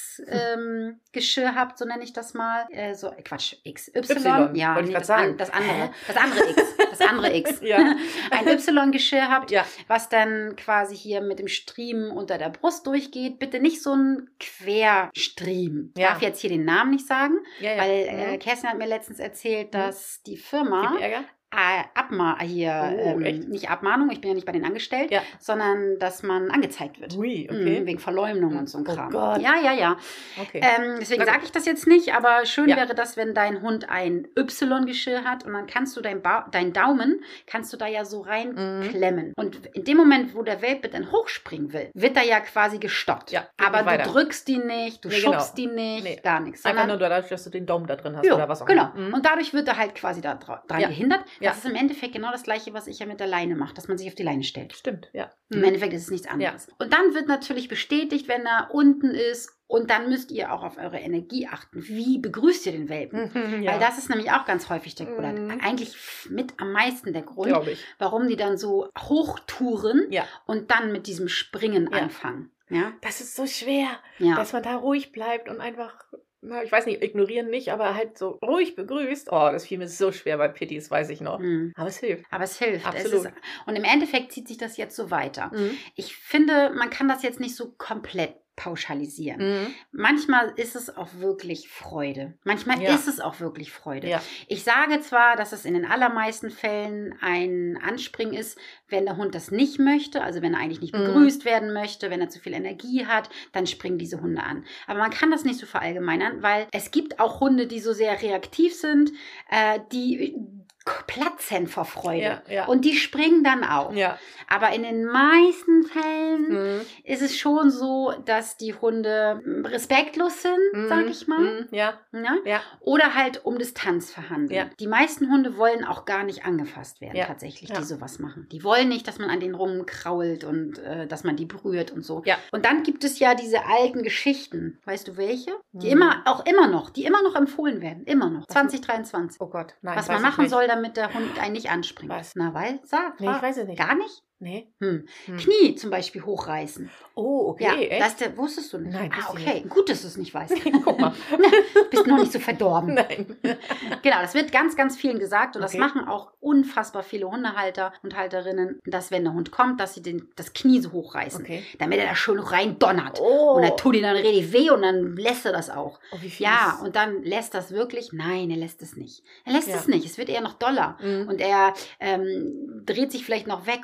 X-Geschirr habt, so nenne ich das mal. Äh, so, äh, Quatsch, X. Y. Y, Ja, wollte ich nee, grad das, sagen. an, das andere. Hä? Das andere X. Das andere X. Ja. Ein Y-Geschirr habt, Ja. was dann quasi hier mit dem Striemen unter der Brust durchgeht. Bitte nicht so ein Querstriemen. Ich Ja. darf jetzt hier den Namen nicht sagen, Ja, ja. weil Mhm. äh, Kerstin hat mir letztens erzählt, Mhm. dass die Firma Gibt Ärger? äh, Abma hier, Oh, ähm, echt? nicht Abmahnung, ich bin ja nicht bei denen angestellt, Ja. sondern dass man angezeigt wird. Ui, Mhm, okay. wegen Verleumdung und so ein Oh Kram. Gott. Ja, ja, ja. Okay. Ähm, deswegen Na gut. sage ich das jetzt nicht, aber schön Ja. wäre das, wenn dein Hund ein Y-Geschirr hat und dann kannst du dein ba deinen Daumen, kannst du da ja so reinklemmen. Mhm. Und in dem Moment, wo der Welpe dann hochspringen will, wird er ja quasi gestoppt. Ja, geht aber nicht weiter. du drückst die nicht, du Nee, genau. schubst die nicht, Nee. gar nichts. Einfach sondern- nur dadurch, dass du den Daumen da drin hast ja, oder was auch genau. immer. Mhm. Und dadurch wird er halt quasi da dra- dran Ja. gehindert. Das Ja. ist im Endeffekt genau das Gleiche, was ich ja mit der Leine mache, dass man sich auf die Leine stellt. Stimmt, ja. Im Mhm. Endeffekt ist es nichts anderes. Und dann wird natürlich bestätigt, wenn er unten ist. Und dann müsst ihr auch auf eure Energie achten. Wie begrüßt ihr den Welpen? Mhm, ja. Weil das ist nämlich auch ganz häufig der, oder Mhm. eigentlich mit am meisten der Grund, Glaube ich. warum die dann so hochtouren Ja. und dann mit diesem Springen Ja. anfangen. Ja, Das ist so schwer, ja. dass man da ruhig bleibt und einfach, na, ich weiß nicht, ignorieren nicht, aber halt so ruhig begrüßt. Oh, das fiel mir so schwer bei Pitties, weiß ich noch. Mhm. Aber es hilft. Aber es hilft. Absolut. Es ist, und im Endeffekt zieht sich das jetzt so weiter. Mhm. Ich finde, man kann das jetzt nicht so komplett pauschalisieren. Mhm. Manchmal ist es auch wirklich Freude. Manchmal Ja. ist es auch wirklich Freude. Ja. Ich sage zwar, dass es in den allermeisten Fällen ein Anspringen ist, wenn der Hund das nicht möchte, also wenn er eigentlich nicht Mhm. begrüßt werden möchte, wenn er zu viel Energie hat, dann springen diese Hunde an. Aber man kann das nicht so verallgemeinern, weil es gibt auch Hunde, die so sehr reaktiv sind, äh, die platzen vor Freude. Ja, ja. Und die springen dann auch. Ja. Aber in den meisten Fällen Mhm. ist es schon so, dass die Hunde mm, respektlos sind, Mhm. sag ich mal. Mhm. Ja. Ne? Ja. Oder halt um Distanz verhandeln. Ja. Die meisten Hunde wollen auch gar nicht angefasst werden, Ja. tatsächlich, Ja. die sowas machen. Die wollen nicht, dass man an denen rumkrault und äh, dass man die berührt und so. Ja. Und dann gibt es ja diese alten Geschichten. Weißt du welche? Die Mhm. immer, auch immer noch, die immer noch empfohlen werden. Immer noch. Was? zwanzig dreiundzwanzig. Oh Gott. Nein, Was weiß man ich machen nicht. soll, damit der Hund einen nicht anspringt. Was? Na, weil, sag. Nee, ich weiß es nicht. Gar nicht? Nee. Hm. Hm. Knie zum Beispiel hochreißen. Oh, okay. Ja, echt? das der, wusstest du nicht. Nein, ah, wusste ich okay. Gut, dass du es nicht weißt. Guck mal. Bist noch nicht so verdorben. Nein. Genau, das wird ganz, ganz vielen gesagt und das Okay. machen auch unfassbar viele Hundehalter und Halterinnen, dass wenn der Hund kommt, dass sie den, das Knie so hochreißen, Okay. damit er da schön rein donnert. Oh. Und dann tut ihn dann richtig weh und dann lässt er das auch. Oh, wie viel Ja, ist- und dann lässt das wirklich, nein, er lässt es nicht. Er lässt Ja. es nicht, es wird eher noch doller. Mhm. Und er ähm, dreht sich vielleicht noch weg oder Ja. so.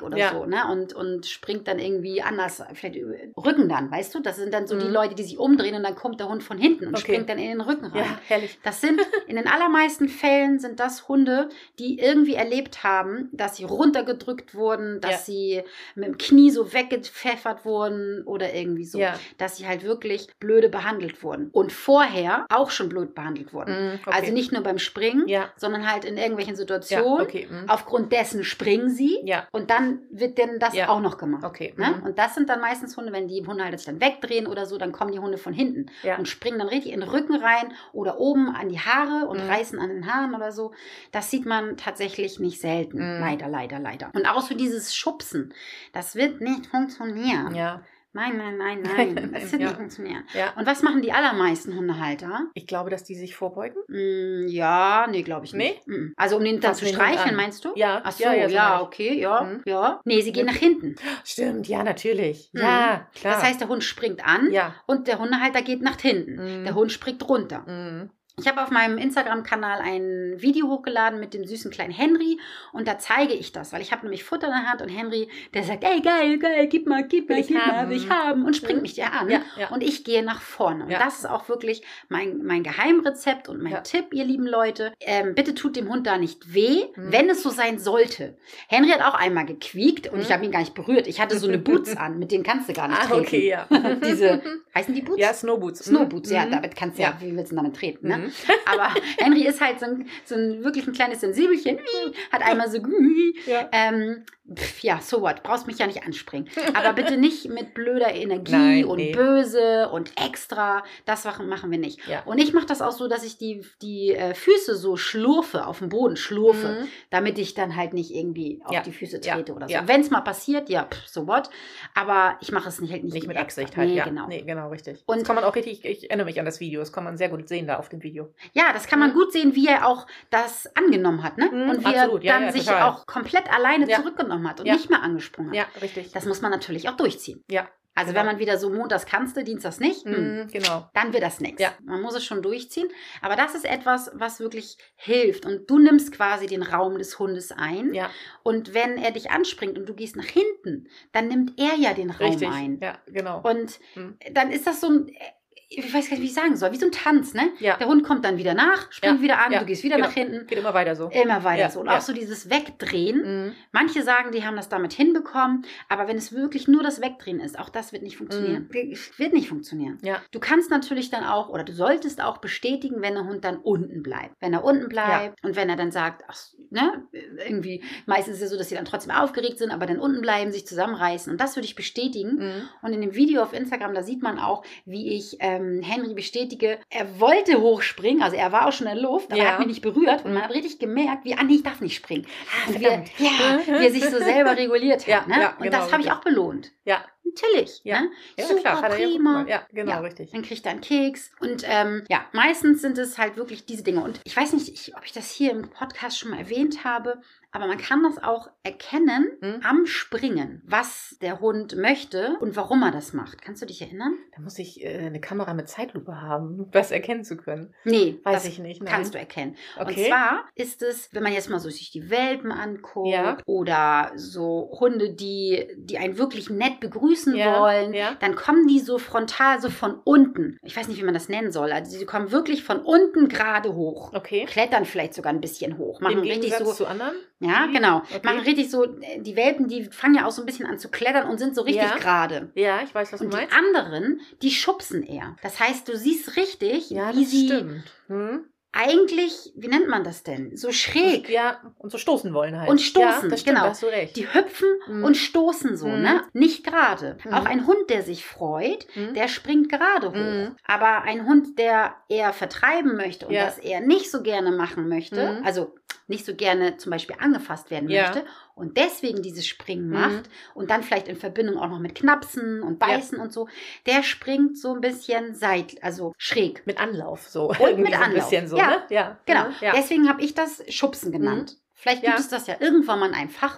ne? Und, und springt dann irgendwie anders, vielleicht über den Rücken dann, weißt du? Das sind dann so Mhm. die Leute, die sich umdrehen und dann kommt der Hund von hinten und Okay. springt dann in den Rücken rein. Ja, herrlich. Das sind, in den allermeisten Fällen sind das Hunde, die irgendwie erlebt haben, dass sie runtergedrückt wurden, dass Ja. sie mit dem Knie so weggepfeffert wurden oder irgendwie so. Ja. Dass sie halt wirklich blöde behandelt wurden. Und vorher auch schon blöd behandelt wurden. Mhm, okay. Also nicht nur beim Springen, Ja. sondern halt in irgendwelchen Ja, Situationen. okay. Mhm. Aufgrund dessen springen sie Ja, und dann wird denn das Ja. auch noch gemacht. okay. Ne? Mhm. Und das sind dann meistens Hunde, wenn die Hunde halt sich dann wegdrehen oder so, dann kommen die Hunde von hinten Ja. und springen dann richtig in den Rücken rein oder oben an die Haare und Mhm. reißen an den Haaren oder so. Das sieht man tatsächlich nicht selten. Mhm. Leider, leider, leider. Und auch so dieses Schubsen, das wird nicht funktionieren. Ja. Nein, nein, nein, Nein, nein. nein, Das wird ja. nicht funktionieren. Ja. Und was machen die allermeisten Hundehalter? Ich glaube, dass die sich vorbeugen. Mm, ja, nee, glaube ich nicht. Mm. Also um den dann Fassen zu den Hund streicheln, an. meinst du? Ja. Ach so, Ja, ja, ja, so meine ich. okay, ja, Mhm. ja. Nee, sie gehen nach hinten. Stimmt, ja, natürlich. Mhm. Ja, klar. Das heißt, der Hund springt an ja. und der Hundehalter geht nach hinten. Mhm. Der Hund springt runter. Mhm. Ich habe auf meinem Instagram-Kanal ein Video hochgeladen mit dem süßen kleinen Henry und da zeige ich das, weil ich habe nämlich Futter in der Hand und Henry, der sagt, ey, geil, geil, gib mal, gib Will mal, ich gib mal, haben. will ich haben und springt Mhm. mich der an Ja, ja. und ich gehe nach vorne. Und Ja. das ist auch wirklich mein, mein Geheimrezept und mein Ja. Tipp, ihr lieben Leute. Ähm, bitte tut dem Hund da nicht weh, Mhm. wenn es so sein sollte. Henry hat auch einmal gequiekt und Mhm. ich habe ihn gar nicht berührt. Ich hatte so eine Boots an, mit denen kannst du gar nicht Ah, treten. okay, ja. Diese, heißen die Boots? Ja, Snowboots. Snowboots, Mhm. ja, Mhm. damit kannst du ja, Ja. wie willst du damit treten, ne? Mhm. Aber Henry ist halt so ein, so ein wirklich ein kleines Sensibelchen, hat einmal so, Ja. ähm, pf, ja, so what, brauchst mich ja nicht anspringen. Aber bitte nicht mit blöder Energie Nein, und nee. böse und extra, das machen machen wir nicht. Ja. Und ich mache das auch so, dass ich die, die äh, Füße so schlurfe, auf dem Boden schlurfe, Mhm. damit ich dann halt nicht irgendwie auf Ja. die Füße Ja. trete oder so. Ja. Wenn es mal passiert, ja, pf, so what. Aber ich mache es nicht, halt nicht, Nicht mit extra. Absicht halt, Nee, ja. genau. Nee, genau, richtig. Und- das kann man auch richtig, ich erinnere mich an das Video, das kann man sehr gut sehen da auf dem Video. Ja, das kann man Mhm. gut sehen, wie er auch das angenommen hat, ne? Mhm, Und wie absolut. er Ja, dann ja, sich total. auch komplett alleine Ja. zurückgenommen hat und Ja. nicht mehr angesprungen hat. Ja, richtig. Das muss man natürlich auch durchziehen. Ja. Also Genau. wenn man wieder so montags kannst du, dienstags nicht, hm, Mhm, genau. dann wird das nichts. Ja. Man muss es schon durchziehen. Aber das ist etwas, was wirklich hilft. Und du nimmst quasi den Raum des Hundes ein. Ja, Und wenn er dich anspringt und du gehst nach hinten, dann nimmt er ja den Raum richtig. ein. Ja, genau. Und Mhm. dann ist das so ein, ich weiß gar nicht, wie ich sagen soll, wie so ein Tanz, ne? Ja. Der Hund kommt dann wieder nach, springt Ja, wieder an, ja, du gehst wieder genau. nach hinten. Geht immer weiter so. Immer weiter Ja, so. Und ja. auch so dieses Wegdrehen. Mhm. Manche sagen, die haben das damit hinbekommen, aber wenn es wirklich nur das Wegdrehen ist, auch das wird nicht funktionieren. Mhm. Wird nicht funktionieren. Ja. Du kannst natürlich dann auch, oder du solltest auch bestätigen, wenn der Hund dann unten bleibt. Wenn er unten bleibt und wenn er dann sagt, ach, ne, irgendwie, meistens ist es ja so, dass sie dann trotzdem aufgeregt sind, aber dann unten bleiben, sich zusammenreißen. Und das würde ich bestätigen. Mhm. Und in dem Video auf Instagram, da sieht man auch, wie ich ähm, Henry bestätige, er wollte hochspringen, also er war auch schon in der Luft, aber Ja. er hat mich nicht berührt. Und man hat richtig gemerkt, wie, ah nee, ich darf nicht springen. Ah, Und wir, verdammt. ja, wie er sich so selber reguliert hat. Ja, ne? ja, Und genau, das habe ich richtig. auch belohnt. Ja, Natürlich. Ja. Ne? ja Super, klar. Hat er ja gut prima. gemacht. Ja, genau, Ja. richtig. Dann kriegt er einen Keks. Und ähm, ja, meistens sind es halt wirklich diese Dinge. Und ich weiß nicht, ich, ob ich das hier im Podcast schon mal erwähnt habe, aber man kann das auch erkennen Mhm. am Springen, was der Hund möchte und warum er das macht. Kannst du dich erinnern? Da muss ich äh, eine Kamera mit Zeitlupe haben, um das erkennen zu können. Nee, Weiß das ich nicht. Nein. kannst du erkennen. Und Okay. zwar ist es, wenn man jetzt mal so sich die Welpen anguckt Ja. oder so Hunde, die, die einen wirklich nett begrüßen Ja, wollen, ja. dann kommen die so frontal, so von unten. Ich weiß nicht, wie man das nennen soll. Also sie kommen wirklich von unten gerade hoch. Okay. Klettern vielleicht sogar ein bisschen hoch. Machen Im richtig Gegensatz so. zu anderen? Ja, Die? genau. Okay. Machen richtig so, äh, die Welpen, die fangen ja auch so ein bisschen an zu klettern und sind so richtig Ja. gerade. Ja, ich weiß, was Und du die meinst. anderen, die schubsen eher. Das heißt, du siehst richtig, Ja, wie das sie stimmt. Hm? eigentlich, wie nennt man das denn? So schräg. Ja, und so stoßen wollen halt. Und stoßen, ja, das stimmt, genau. da hast du recht. Die hüpfen Mhm. und stoßen so, Mhm. ne? Nicht gerade. Mhm. Auch ein Hund, der sich freut, Mhm. der springt gerade hoch. Mhm. Aber ein Hund, der eher vertreiben möchte und Ja. das er nicht so gerne machen möchte, Mhm. also nicht so gerne zum Beispiel angefasst werden Ja. möchte und deswegen dieses Springen Mhm. macht und dann vielleicht in Verbindung auch noch mit Knapsen und Beißen und so, der springt so ein bisschen seit, also schräg. Mit Anlauf so. Und Irgendwie mit so ein Anlauf. bisschen so, Ja. ne? Ja. Genau. Mhm. Ja. Deswegen habe ich das Schubsen genannt. Vielleicht gibt Ja. es das ja irgendwann mal in einem Fachbuch.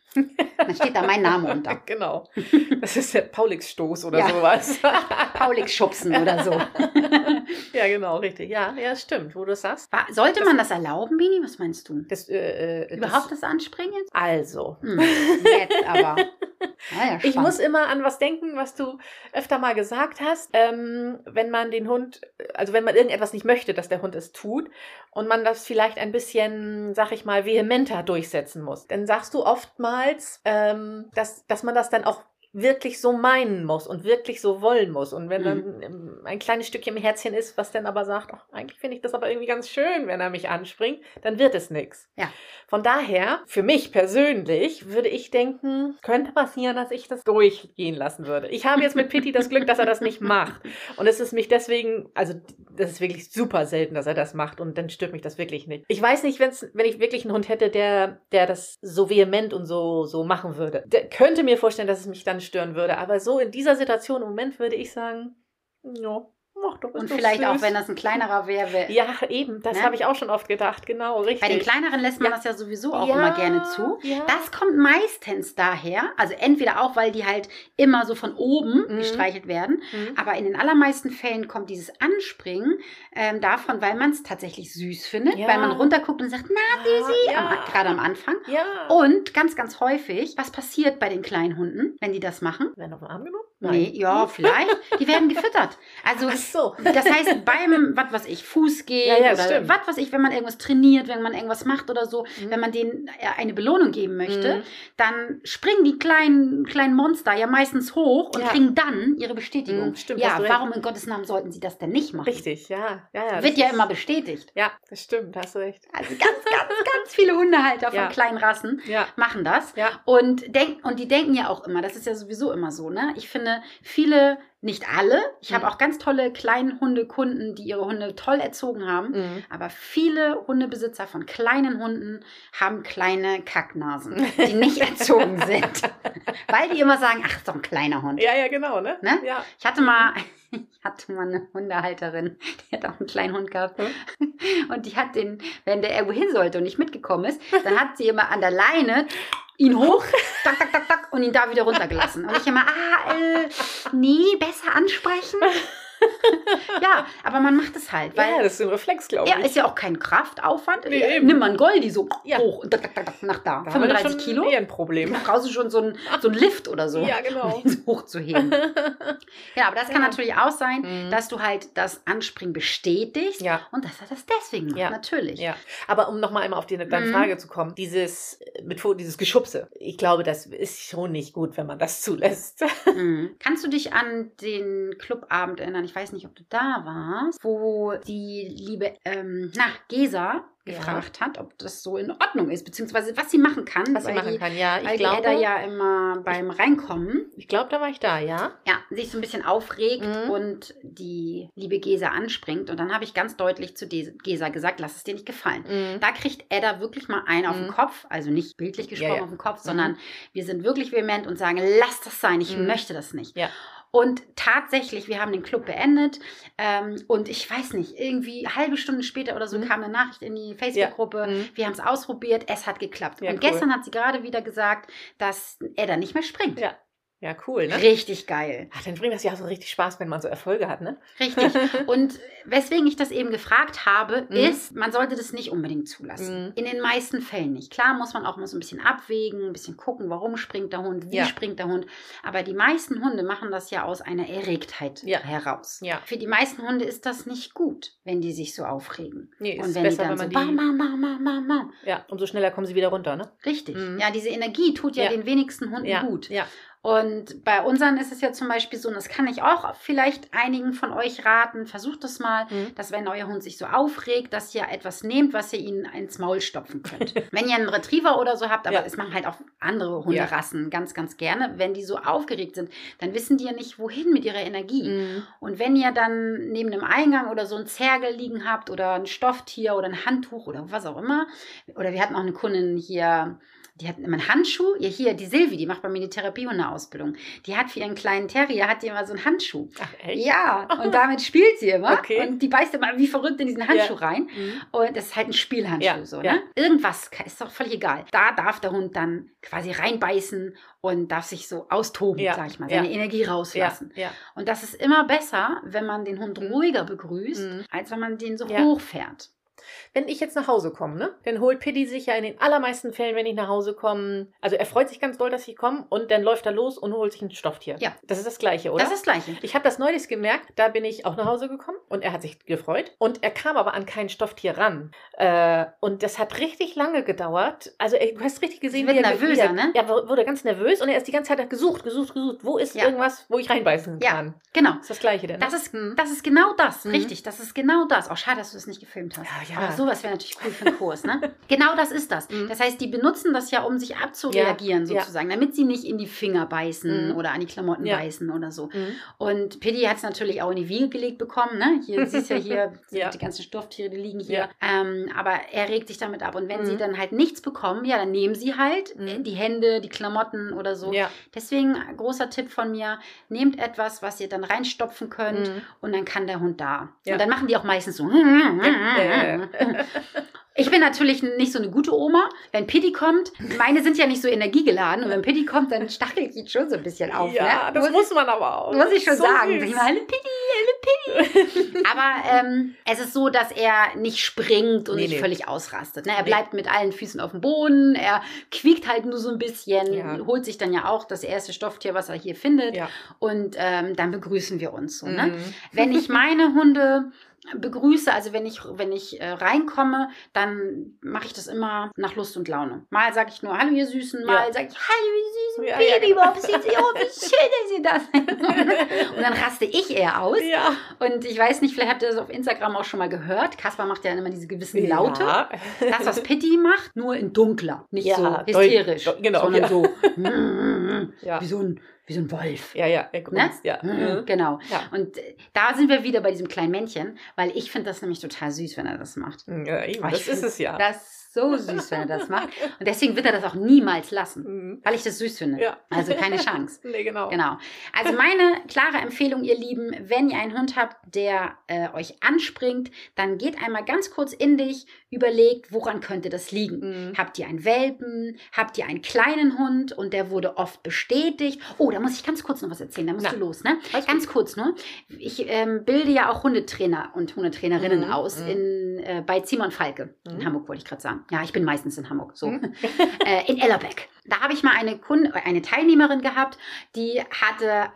Dann steht da mein Name unter. Genau. Das ist der Paulix-Stoß oder Ja. sowas. Paulix schubsen oder so. Ja, genau, richtig. Ja, ja, stimmt, wo du es sagst. War, sollte man das erlauben, Bini? Was meinst du? Das, äh, äh, Überhaupt das Anspringen jetzt? Also. Hm, jetzt aber. Ja, ja, Ich spannend. muss immer an was denken, was du öfter mal gesagt hast. Ähm, wenn man den Hund, also wenn man irgendetwas nicht möchte, dass der Hund es tut und man das vielleicht ein bisschen, sag ich mal, vehementer durchsetzen muss, dann sagst du oftmals, ähm, dass, dass man das dann auch wirklich so meinen muss und wirklich so wollen muss. Und wenn dann ähm, ein kleines Stückchen im Herzchen ist, was dann aber sagt, ach, eigentlich finde ich das aber irgendwie ganz schön, wenn er mich anspringt, dann wird es nichts. Ja. Von daher, für mich persönlich, würde ich denken, könnte passieren, dass ich das durchgehen lassen würde. Ich habe jetzt mit Pitti das Glück, dass er das nicht macht. Und es ist mich deswegen, also das ist wirklich super selten, dass er das macht und dann stört mich das wirklich nicht. Ich weiß nicht, wenn's, wenn ich wirklich einen Hund hätte, der, der das so vehement und so, so machen würde. Der könnte mir vorstellen, dass es mich dann stören würde. Aber so in dieser Situation im Moment würde ich sagen, ja, mach doch. Ist Und doch vielleicht süß. auch, wenn das ein kleinerer wäre. wär- Ja, eben, das Ne? habe ich auch schon oft gedacht, genau, richtig. Bei den kleineren lässt man Ja. das ja sowieso auch Ja, immer gerne zu. ja. Das kommt meistens daher, also entweder auch, weil die halt immer so von oben Mhm. gestreichelt werden, Mhm. aber in den allermeisten Fällen kommt dieses Anspringen ähm, davon, weil man es tatsächlich süß findet, Ja. weil man runterguckt und sagt, na Süßi, Ja, am- ja. gerade am Anfang. Ja. Und ganz, ganz häufig, was passiert bei den kleinen Hunden, wenn die das machen? Werden auf den Arm genommen? Nee, ja, vielleicht. Die werden gefüttert. Also Ach so. das heißt, beim, was weiß ich, Fußgehen Ja, ja, oder stimmt. was weiß ich, wenn man irgendwas trainiert, wenn man irgendwas macht oder so, Mhm. wenn man denen äh, eine Belohnung geben möchte, Mhm. dann springen die kleinen, kleinen Monster ja meistens hoch und Ja. kriegen dann ihre Bestätigung. Mhm, stimmt, ja, hast du recht. warum in Gottes Namen sollten sie das denn nicht machen? Richtig, ja. ja, ja Wird das ja ist- immer bestätigt. Ja, das stimmt, hast du recht. Also ganz, ganz, ganz viele Hundehalter von Ja. kleinen Rassen Ja. machen das. Ja. Und, denk, und die denken ja auch immer, das ist ja sowieso immer so, ne? Ich finde, viele, nicht alle, ich habe Mhm. auch ganz tolle Kleinhundekunden, die ihre Hunde toll erzogen haben, Mhm. aber viele Hundebesitzer von kleinen Hunden haben kleine Kacknasen, die nicht erzogen sind. Weil die immer sagen, ach, so ein kleiner Hund. Ja, ja, genau, ne? Ne? Ja. Ich hatte mal, ich hatte mal eine Hundehalterin, die hat auch einen kleinen Hund gehabt. Und die hat den, wenn der irgendwo hin sollte und nicht mitgekommen ist, dann hat sie immer an der Leine ihn hoch, tak, tak, tak, tak, und ihn da wieder runtergelassen. Und ich immer, ah, äh, nee, besser ansprechen. Ja, aber man macht es halt, weil ja, das ist ein Reflex, glaube ich. ja, ist ja auch kein Kraftaufwand. Nee, Ja, eben. Nimm mal einen Goldi so Ja. hoch und tak, tak, tak, tak, nach da. Da haben wir fünfunddreißig schon Kilo. eher ein Problem. Da brauchst du schon so einen, so einen Lift oder so, Ja, genau. um ihn so hochzuheben. Ja, aber das kann Ja. natürlich auch sein, Mhm. dass du halt das Anspringen bestätigst Ja. und dass er das deswegen macht, Ja. natürlich. Ja, aber um nochmal einmal auf die, deine Mhm. Frage zu kommen, dieses, äh, mit, dieses Geschubse, ich glaube, das ist schon nicht gut, wenn man das zulässt. Mhm. Kannst du dich an den Clubabend erinnern? Ich weiß nicht, ob du da warst, wo die liebe ähm, na, Gesa Ja. gefragt hat, ob das so in Ordnung ist, beziehungsweise was sie machen kann. Was sie weil machen die, kann, ja. Weil Ich die Edda glaube, ja immer beim Reinkommen ich glaube, da war ich da, ja. ja, sich so ein bisschen aufregt Mhm. und die liebe Gesa anspringt. Und dann habe ich ganz deutlich zu De- Gesa gesagt, lass es dir nicht gefallen. Mhm. Da kriegt Edda wirklich mal einen auf den Mhm. Kopf, also nicht bildlich gesprochen Ja, ja. auf den Kopf, sondern wir sind wirklich vehement und sagen, lass das sein, ich Mhm. möchte das nicht. Ja. Und tatsächlich, wir haben den Club beendet ähm, und ich weiß nicht, irgendwie eine halbe Stunde später oder so Mhm. kam eine Nachricht in die Facebook-Gruppe, Mhm. wir haben es ausprobiert, es hat geklappt. Ja, und cool. gestern hat sie gerade wieder gesagt, dass Edda nicht mehr springt. Ja. Ja, cool, ne? Richtig geil. Ach, dann bringt das ja auch so richtig Spaß, wenn man so Erfolge hat, ne? Richtig. Und weswegen ich das eben gefragt habe, Mhm. ist, man sollte das nicht unbedingt zulassen. Mhm. In den meisten Fällen nicht. Klar muss man auch mal so ein bisschen abwägen, ein bisschen gucken, warum springt der Hund, wie Ja. springt der Hund. Aber die meisten Hunde machen das ja aus einer Erregtheit Ja. heraus. Ja. Für die meisten Hunde ist das nicht gut, wenn die sich so aufregen. Nee, ist Und wenn besser, die dann wenn so, man die- bam, bam, bam, bam, bam. Ja, umso schneller kommen sie wieder runter, ne? Richtig. Mhm. Ja, diese Energie tut ja, Ja. den wenigsten Hunden Ja. gut. Ja. Und bei unseren ist es ja zum Beispiel so, und das kann ich auch vielleicht einigen von euch raten, versucht es mal, Mhm. dass wenn euer Hund sich so aufregt, dass ihr etwas nehmt, was ihr ihnen ins Maul stopfen könnt. Wenn ihr einen Retriever oder so habt, aber Ja. es machen halt auch andere Hunderassen ganz, ganz gerne, wenn die so aufgeregt sind, dann wissen die ja nicht, wohin mit ihrer Energie. Mhm. Und wenn ihr dann neben einem Eingang oder so ein Zergel liegen habt oder ein Stofftier oder ein Handtuch oder was auch immer, oder wir hatten auch eine Kundin hier, die hat immer einen Handschuh. Ja, hier, die Silvi, die macht bei mir die Therapiehunde-Ausbildung. Die hat für ihren kleinen Terrier, hat die immer so einen Handschuh. Ach, echt? Ja, und damit spielt sie immer. Okay. Und die beißt immer wie verrückt in diesen Handschuh Ja. rein. Mhm. Und das ist halt ein Spielhandschuh Ja, so, ja. ne? Irgendwas ist doch völlig egal. Da darf der Hund dann quasi reinbeißen und darf sich so austoben, Ja, sag ich mal, ja. seine Energie rauslassen. Ja, ja. Und das ist immer besser, wenn man den Hund Mhm. ruhiger begrüßt, Mhm. als wenn man den so Ja. hochfährt. Wenn ich jetzt nach Hause komme, ne, dann holt Pitti sich ja in den allermeisten Fällen, wenn ich nach Hause komme, also er freut sich ganz doll, dass ich komme und dann läuft er los und holt sich ein Stofftier. Ja. Das ist das Gleiche, oder? Das ist das Gleiche. Ich habe das neulich gemerkt, da bin ich auch nach Hause gekommen und er hat sich gefreut und er kam aber an kein Stofftier ran. Äh, und das hat richtig lange gedauert. Also ey, du hast richtig gesehen, Es wird wie er, nervöser, wie er, ne? Er wurde ganz nervös und er ist die ganze Zeit gesucht, gesucht, gesucht. Wo ist Ja. irgendwas, wo ich reinbeißen Ja. kann? Genau. Das ist das Gleiche denn, ne? Das ist, das ist genau das, Mhm. richtig. Das ist genau das. Auch schade, dass du das nicht gefilmt hast. Ja, ja. Aber sowas wäre natürlich cool für einen Kurs, ne? Genau das ist das. Mhm. Das heißt, die benutzen das ja, um sich abzureagieren, Ja, ja. sozusagen, damit sie nicht in die Finger beißen Mhm. oder an die Klamotten Ja. beißen oder so. Mhm. Und Pitti hat es natürlich auch in die Wiege gelegt bekommen, ne? Hier, siehst ja hier, Ja. die ganzen Stofftiere, die liegen hier. Ja. Ähm, aber er regt sich damit ab. Und wenn Mhm. sie dann halt nichts bekommen, ja, dann nehmen sie halt Mhm. äh, die Hände, die Klamotten oder so. Ja. Deswegen äh, großer Tipp von mir, nehmt etwas, was ihr dann reinstopfen könnt Mhm. und dann kann der Hund da. Ja. Und dann machen die auch meistens so. Äh. Ich bin natürlich nicht so eine gute Oma. Wenn Pitti kommt, meine sind ja nicht so energiegeladen. Und wenn Pitti kommt, dann stachelt die schon so ein bisschen auf. Ja, ne? das muss man aber auch. Muss ich schon So sagen. süß. Ich meine, Pitti, hallo Pitti. Aber ähm, es ist so, dass er nicht springt und Nee, nicht nee. völlig ausrastet. Ne? Er Nee. bleibt mit allen Füßen auf dem Boden. Er quiekt halt nur so ein bisschen. Ja. Holt sich dann ja auch das erste Stofftier, was er hier findet. Ja. Und ähm, dann begrüßen wir uns so. Ne? Mhm. Wenn ich meine Hunde begrüße, also wenn ich, wenn ich äh, reinkomme, dann mache ich das immer nach Lust und Laune. Mal sage ich nur, hallo ihr Süßen, mal Ja. sage ich, hallo ihr süßen Ja, ja, Babybobs, genau. Oh, wie schön, dass ihr da seid. Und dann raste ich eher aus. Ja. Und ich weiß nicht, vielleicht habt ihr das auf Instagram auch schon mal gehört. Kaspar macht ja immer diese gewissen Laute. Ja. Das, was Pitti macht, nur in dunkler. Nicht Ja, so doll- hysterisch, doll- genau, sondern ja. so mm, mm, mm, Ja. wie, so ein, wie so ein Wolf. Ja, ja, er Ne? grunzt, ja. Mhm, Mhm. genau. Ja. Und äh, da sind wir wieder bei diesem kleinen Männchen, weil ich finde das nämlich total süß, wenn er das macht. Ja, eben, Aber das ich ist find es ja. Das so süß, wenn er das macht. Und deswegen wird er das auch niemals lassen, Mhm. weil ich das süß finde. Ja. Also keine Chance. Nee, genau. Genau. Also meine klare Empfehlung, ihr Lieben, wenn ihr einen Hund habt, der äh, euch anspringt, dann geht einmal ganz kurz in dich, überlegt, woran könnte das liegen. Mhm. Habt ihr einen Welpen? Habt ihr einen kleinen Hund und der wurde oft bestätigt? Oh, da muss ich ganz kurz noch was erzählen, da musst Na, du los, ne? alles Ganz kurz nur. Ich ähm, bilde ja auch Hundetrainer und Hundetrainerinnen Mhm, aus mhm. in, äh, bei Simon Falke. In Mhm. Hamburg wollte ich gerade sagen. Ja, ich bin meistens in Hamburg, so. Mhm. äh, in Ellerbeck. Da habe ich mal eine Kunde, eine Teilnehmerin gehabt, die hatte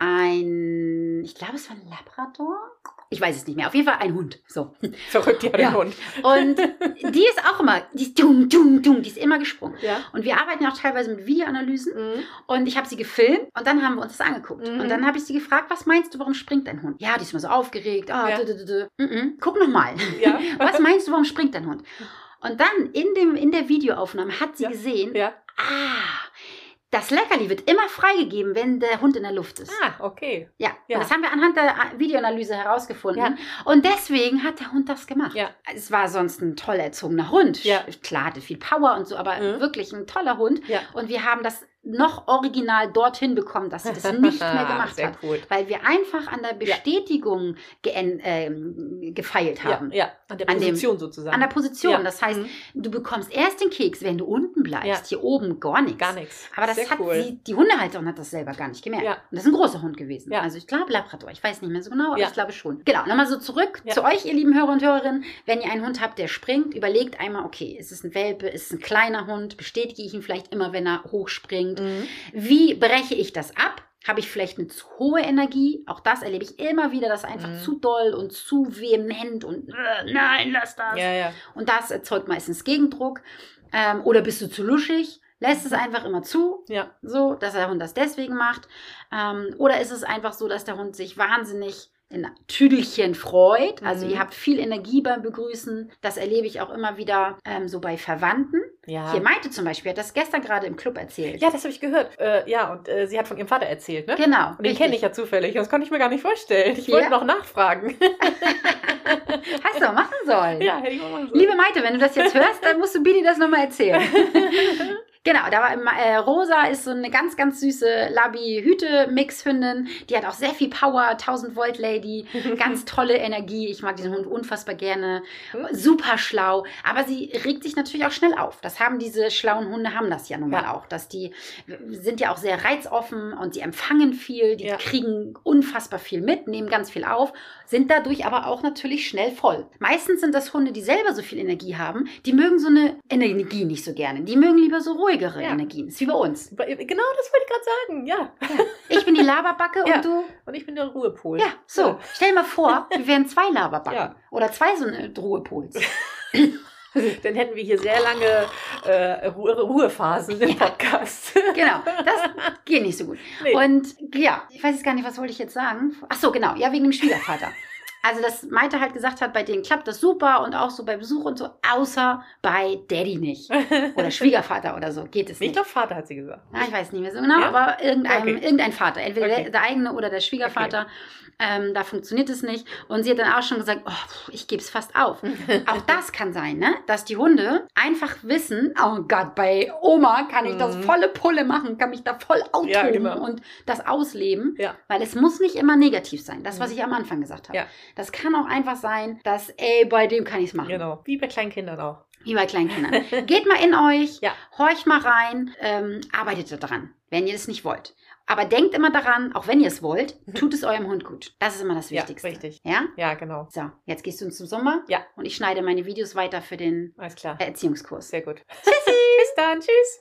ein, ich glaube, es war ein Labrador. Ich weiß es nicht mehr. Auf jeden Fall ein Hund. So. Verrückt, ja, der Ja. Hund. Und die ist auch immer, die ist dumm, dumm, dumm, die ist immer gesprungen. Ja. Und wir arbeiten auch teilweise mit Videoanalysen. Mhm. Und ich habe sie gefilmt und dann haben wir uns das angeguckt. Mhm. Und dann habe ich sie gefragt, was meinst du, warum springt dein Hund? Ja, die ist immer so aufgeregt. Ah, Ja. dü, dü, dü, dü. Mhm. Guck nochmal. Ja. Was meinst du, warum springt dein Hund? Und dann in, dem, in der Videoaufnahme hat sie Ja. gesehen, Ja. ah, das Leckerli wird immer freigegeben, wenn der Hund in der Luft ist. Ah, okay. Ja, Ja. und das haben wir anhand der Videoanalyse herausgefunden. Ja. Und deswegen hat der Hund das gemacht. Ja. Es war sonst ein toll erzogener Hund. Ja. Klar, hatte viel Power und so, aber Mhm. wirklich ein toller Hund. Ja. Und wir haben das noch original dorthin bekommen, dass sie das nicht mehr gemacht Sehr hat. cool. Weil wir einfach an der Bestätigung geen- ähm, gefeilt haben. Ja, ja, an der An dem- Position sozusagen. An der Position. Ja. Das heißt, Mhm. du bekommst erst den Keks, wenn du unten bleibst. Ja. Hier oben gar nichts. Gar nichts. Aber das Sehr hat cool. sie, die Hundehalterin hat das selber gar nicht gemerkt. Ja. Und das ist ein großer Hund gewesen. Ja. Also ich glaube Labrador, ich weiß nicht mehr so genau, aber Ja. ich glaube schon. Genau, nochmal so zurück Ja. zu euch, ihr lieben Hörer und Hörerinnen. Wenn ihr einen Hund habt, der springt, überlegt einmal, okay, ist es ein Welpe, ist es ein kleiner Hund, bestätige ich ihn vielleicht immer, wenn er hochspringt. Mhm. Wie breche ich das ab? Habe ich vielleicht eine zu hohe Energie? Auch das erlebe ich immer wieder, dass einfach Mhm. zu doll und zu vehement und äh, nein, lass das. Ja, ja. Und das erzeugt meistens Gegendruck. Ähm, oder bist du zu luschig? Lässt es einfach immer zu, Ja. so, dass der Hund das deswegen macht. Ähm, oder ist es einfach so, dass der Hund sich wahnsinnig in Tüdelchen freut? Also Mhm. ihr habt viel Energie beim Begrüßen. Das erlebe ich auch immer wieder ähm, so bei Verwandten. Ja. Hier Maite zum Beispiel hat das gestern gerade im Club erzählt. Ja, das habe ich gehört. Äh, ja, und äh, sie hat von ihrem Vater erzählt, ne? Genau. Und den richtig. kenne ich ja zufällig. Das konnte ich mir gar nicht vorstellen. Ich Ja. wollte noch nachfragen. Hast du auch machen sollen. ja, hätte ich mal machen sollen. Liebe Maite, wenn du das jetzt hörst, dann musst du Bini das nochmal erzählen. Genau, da war immer, äh, Rosa ist so eine ganz, ganz süße Labi-Hüte-Mix-Hündin. Die hat auch sehr viel Power, tausend Volt Lady, ganz tolle Energie. Ich mag diesen Hund unfassbar gerne. Super schlau, aber sie regt sich natürlich auch schnell auf. Das haben diese schlauen Hunde, haben das ja nun mal Ja. auch. Dass die sind ja auch sehr reizoffen und sie empfangen viel, die Ja. kriegen unfassbar viel mit, nehmen ganz viel auf, sind dadurch aber auch natürlich schnell voll. Meistens sind das Hunde, die selber so viel Energie haben, die mögen so eine Energie nicht so gerne. Die mögen lieber so ruhigere Ja. Energien. Ist wie bei uns. Genau, das wollte ich gerade sagen, ja. Ich bin die Laberbacke Ja. und du... Und ich bin der Ruhepol. Ja, so. Stell dir mal vor, wir wären zwei Laberbacken. Ja. Oder zwei so eine Ruhepols. Dann hätten wir hier sehr lange äh, Ruhe, Ruhephasen im Podcast. Genau, das geht nicht so gut. Nee. Und ja, ich weiß jetzt gar nicht, was wollte ich jetzt sagen. Ach so, genau, ja, wegen dem Schwiegervater. Also, dass Maite halt gesagt hat, bei denen klappt das super und auch so bei Besuch und so, außer bei Daddy nicht. Oder Schwiegervater oder so, geht es Ich nicht. glaube, Vater hat sie gesagt. Ja, ich weiß nicht mehr so genau, Ja? aber irgendein, Okay. irgendein Vater, entweder Okay. der, der eigene oder der Schwiegervater, ähm, da funktioniert es nicht. Und sie hat dann auch schon gesagt, oh, pff, ich gebe es fast auf. Auch das kann sein, ne? Dass die Hunde einfach wissen, oh Gott, bei Oma kann ich das Mhm. volle Pulle machen, kann mich da voll austoben Ja, genau. und das ausleben. Ja. Weil es muss nicht immer negativ sein, das, was Mhm. ich am Anfang gesagt habe. Ja. Das kann auch einfach sein, dass, ey, bei dem kann ich es machen. Genau. Wie bei kleinen Kindern auch. Wie bei kleinen Kindern. Geht mal in euch, Ja. horcht mal rein, ähm, arbeitet da dran, wenn ihr es nicht wollt. Aber denkt immer daran, auch wenn ihr es wollt, tut es eurem Hund gut. Das ist immer das Ja, Wichtigste. richtig. Ja? Ja, genau. So, jetzt gehst du zum Sommer Ja. und ich schneide meine Videos weiter für den Alles klar. Erziehungskurs. Sehr gut. Bis dann. Tschüss.